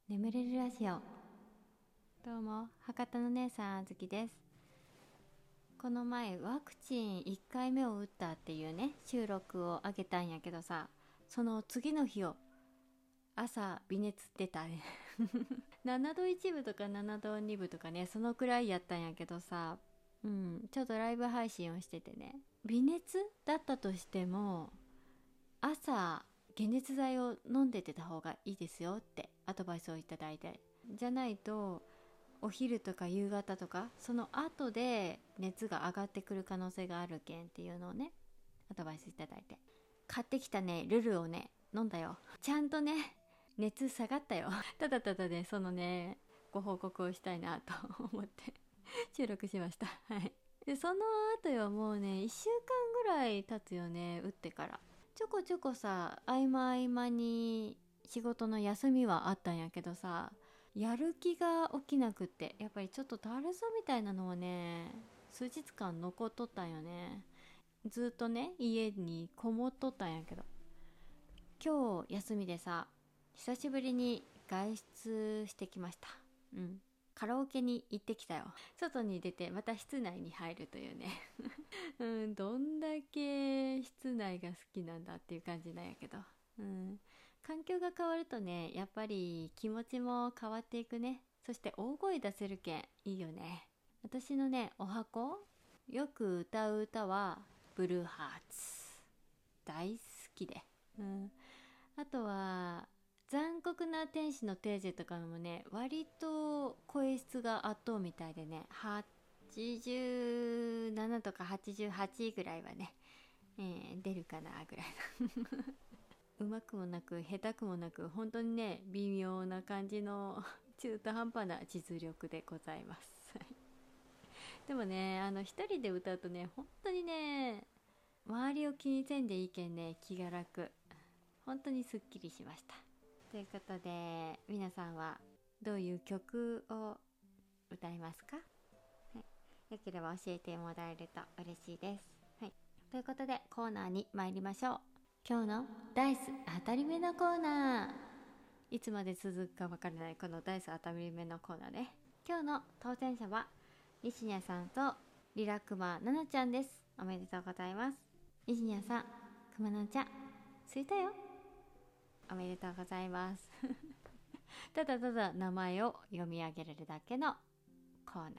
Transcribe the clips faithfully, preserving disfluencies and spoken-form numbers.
眠れるラジオ。どうも博多の姉さんあずきです。この前ワクチンいっかいめを打ったっていうね収録をあげたんやけどさ、その次の日を朝微熱出たねななどいちぶとかななどにぶとかね、そのくらいやったんやけどさ、うんちょっとライブ配信をしててね、微熱だったとしても朝解熱剤を飲んでてた方がいいですよってアドバイスをいただいて、じゃないとお昼とか夕方とかその後で熱が上がってくる可能性があるけんっていうのをねアドバイスいただいて、買ってきたねルルをね飲んだよ。ちゃんとね熱下がったよただただねそのねご報告をしたいなと思って収録しました。はいでその後よ、もうねいっしゅうかんぐらい経つよね打ってから。ちょこちょこさ合間合間に仕事の休みはあったんやけどさ、やる気が起きなくって、やっぱりちょっとだるさみたいなのはね数日間残っとったんよね。ずっとね家にこもっとったんやけど、今日休みでさ久しぶりに外出してきました。うんカラオケに行ってきたよ。外に出てまた室内に入るというねうんどんだけ室内が好きなんだっていう感じなんやけど、うん環境が変わるとねやっぱり気持ちも変わっていくね。そして大声出せるけんいいよね。私のねお箱よく歌う歌はブルーハーツ大好きで、うん、あとは残酷な天使のテーゼとかもね割と声質が圧倒みたいでね、はちじゅうななとかはちじゅうはちぐらいはね、えー出るかなぐらいなうまくもなく下手くもなく本当にね微妙な感じの中途半端な実力でございますでもねあの一人で歌うとね本当にね周りを気にせんでいいけんね気が楽、本当にすっきりしました。ということで皆さんはどういう曲を歌いますか？はい、よければ教えてもらえると嬉しいです。はい、ということでコーナーに参りましょう。今日のダイス当たり目のコーナー、いつまで続くかわからないこのダイス当たり目のコーナーね。今日の当選者は西ニャさんとリラクマナナちゃんです。おめでとうございます。西ニャさん、くまなちゃん着いたよ。おめでとうございますただただ名前を読み上げれるだけのコーナーです。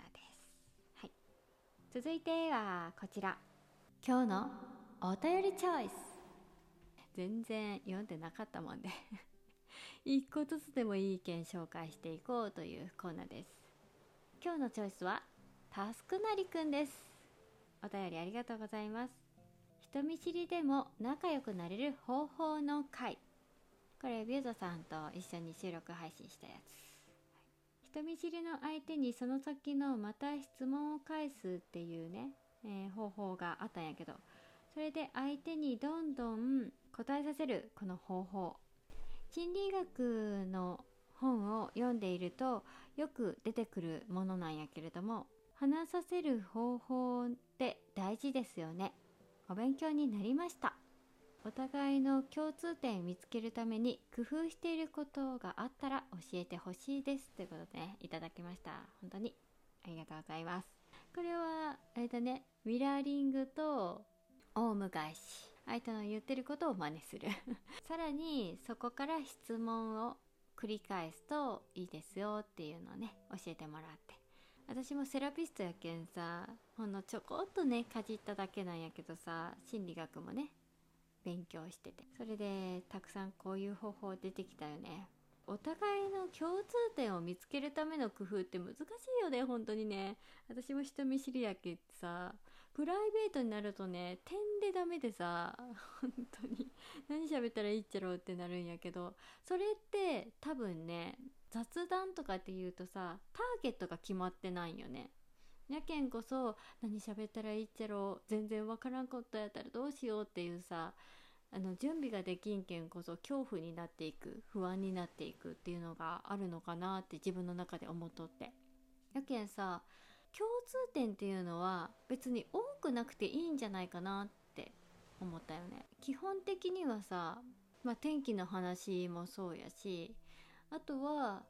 はい、続いてはこちら、今日のお便りチョイス。全然読んでなかったもんで一個ずつでもいい件紹介していこうというコーナーです。今日のチョイスはタスクなりくんです。お便りありがとうございます。人見知りでも仲良くなれる方法の回、これビューゾさんと一緒に収録配信したやつ。人見知りの相手にその先のまた質問を返すっていうね、えー、方法があったんやけど、それで相手にどんどん答えさせるこの方法、心理学の本を読んでいるとよく出てくるものなんやけれども、話させる方法って大事ですよね。お勉強になりました。お互いの共通点を見つけるために工夫していることがあったら教えてほしいですということで、ね、いただきました。本当にありがとうございます。これはあれだね、ミラーリングとオウム返し、相手の言ってることを真似するさらにそこから質問を繰り返すといいですよっていうのをね教えてもらって、私もセラピストやけんさ、ほんのちょこっとねかじっただけなんやけどさ、心理学もね勉強してて、それでたくさんこういう方法出てきたよね。お互いの共通点を見つけるための工夫って難しいよね、本当にね。私も人見知りやけってさ、プライベートになるとね点でダメでさ、本当に何喋ったらいいっちゃろうってなるんやけど、それって多分ね雑談とかって言うとさターゲットが決まってないよね。やけんこそ何喋ったらいいっちゃろう、全然わからんことやったらどうしようっていうさ、あの準備ができんけんこそ恐怖になっていく、不安になっていくっていうのがあるのかなって自分の中で思っとって、やけんさ共通点っていうのは別に多くなくていいんじゃないかなって思ったよね。基本的にはさ、まあ、天気の話もそうやし、あとは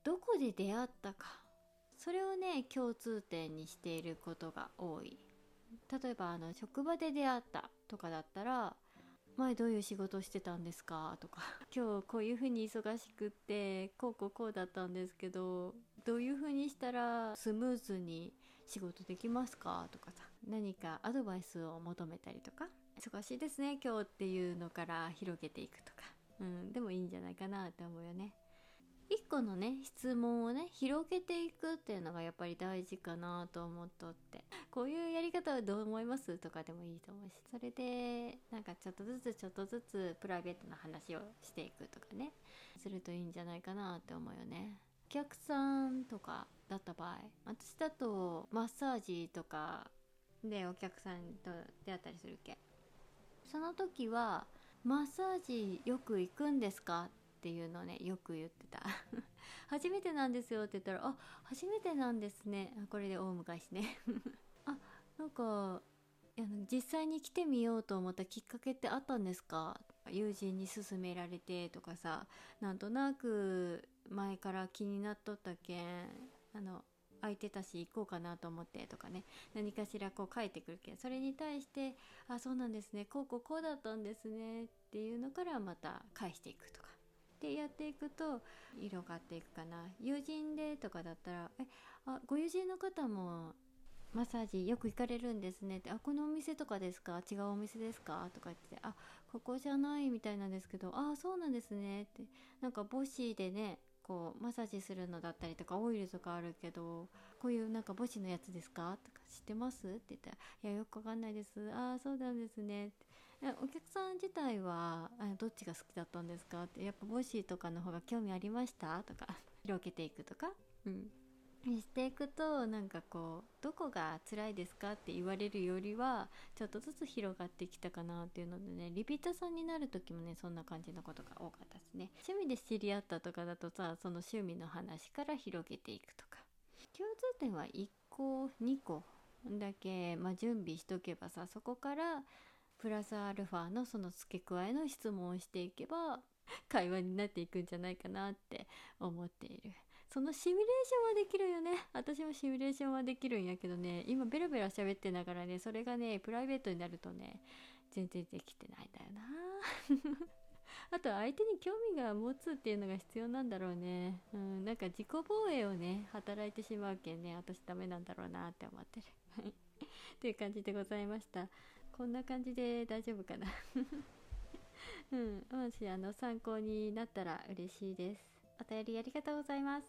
どこで出会ったか、それをね共通点にしていることが多い。例えばあの職場で出会ったとかだったら、前どういう仕事をしてたんですかとか、今日こういう風に忙しくってこうこうこうだったんですけど、どういう風にしたらスムーズに仕事できますかとかさ、何かアドバイスを求めたりとか、忙しいですね今日っていうのから広げていくとか、うん、でもいいんじゃないかなって思うよね。一個のね質問をね広げていくっていうのがやっぱり大事かなと思っとって、こういうやり方はどう思いますとかでもいいと思うし、それでなんかちょっとずつちょっとずつプライベートな話をしていくとかね、するといいんじゃないかなって思うよね。お客さんとかだった場合、私だとマッサージとかでお客さんと出会ったりするけ、その時はマッサージよく行くんですかっていうのをねよく言ってた初めてなんですよって言ったら、あ、初めてなんですね、これで大昔ねあ、なんか実際に来てみようと思ったきっかけってあったんですか、友人に勧められてとかさ、なんとなく前から気になっとったけん、あの空いてたし行こうかなと思ってとかね、何かしらこう書いてくるけん、それに対してあ、そうなんですね、こうこうこうだったんですねっていうのからまた返していくとかでやっていくと広がっていくかな。友人でとかだったら、え、あ、ご友人の方もマッサージよく行かれるんですねって、あ、このお店とかですか、違うお店ですかとか言って、あ、ここじゃないみたいなんですけど、あ、そうなんですねって、なんかボシーでねこうマッサージするのだったりとかオイルとかあるけど、こういうなんかボシのやつですかとか知ってますって言ったら、いやよくわかんないです、あ、そうなんですねって、お客さん自体はあどっちが好きだったんですかって、やっぱボシとかの方が興味ありましたとか広げていくとか、うんしていくと、なんかこうどこが辛いですかって言われるよりはちょっとずつ広がってきたかなっていうのでね、リピーターさんになる時もねそんな感じのことが多かったですね。趣味で知り合ったとかだとさ、その趣味の話から広げていくとか、共通点はいっこにこだけ、まあ、準備しとけばさ、そこからプラスアルファのその付け加えの質問をしていけば会話になっていくんじゃないかなって思っている。そのシミュレーションはできるよね。私もシミュレーションはできるんやけどね、今ベラベラ喋ってながらね、それがねプライベートになるとね全然できてないんだよなあと相手に興味が持つっていうのが必要なんだろうね。うん、なんか自己防衛をね働いてしまうけんね、私ダメなんだろうなって思ってるっていう感じでございました。こんな感じで大丈夫かなうん、もしあの参考になったら嬉しいです。お便りありがとうございます。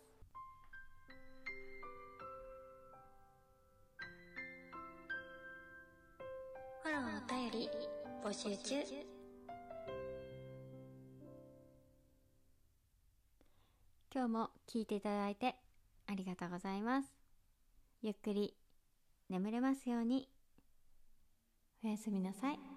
フォローお便り募集中。 今日も聞いていただいてありがとうございます。ゆっくり眠れますように。おやすみなさい。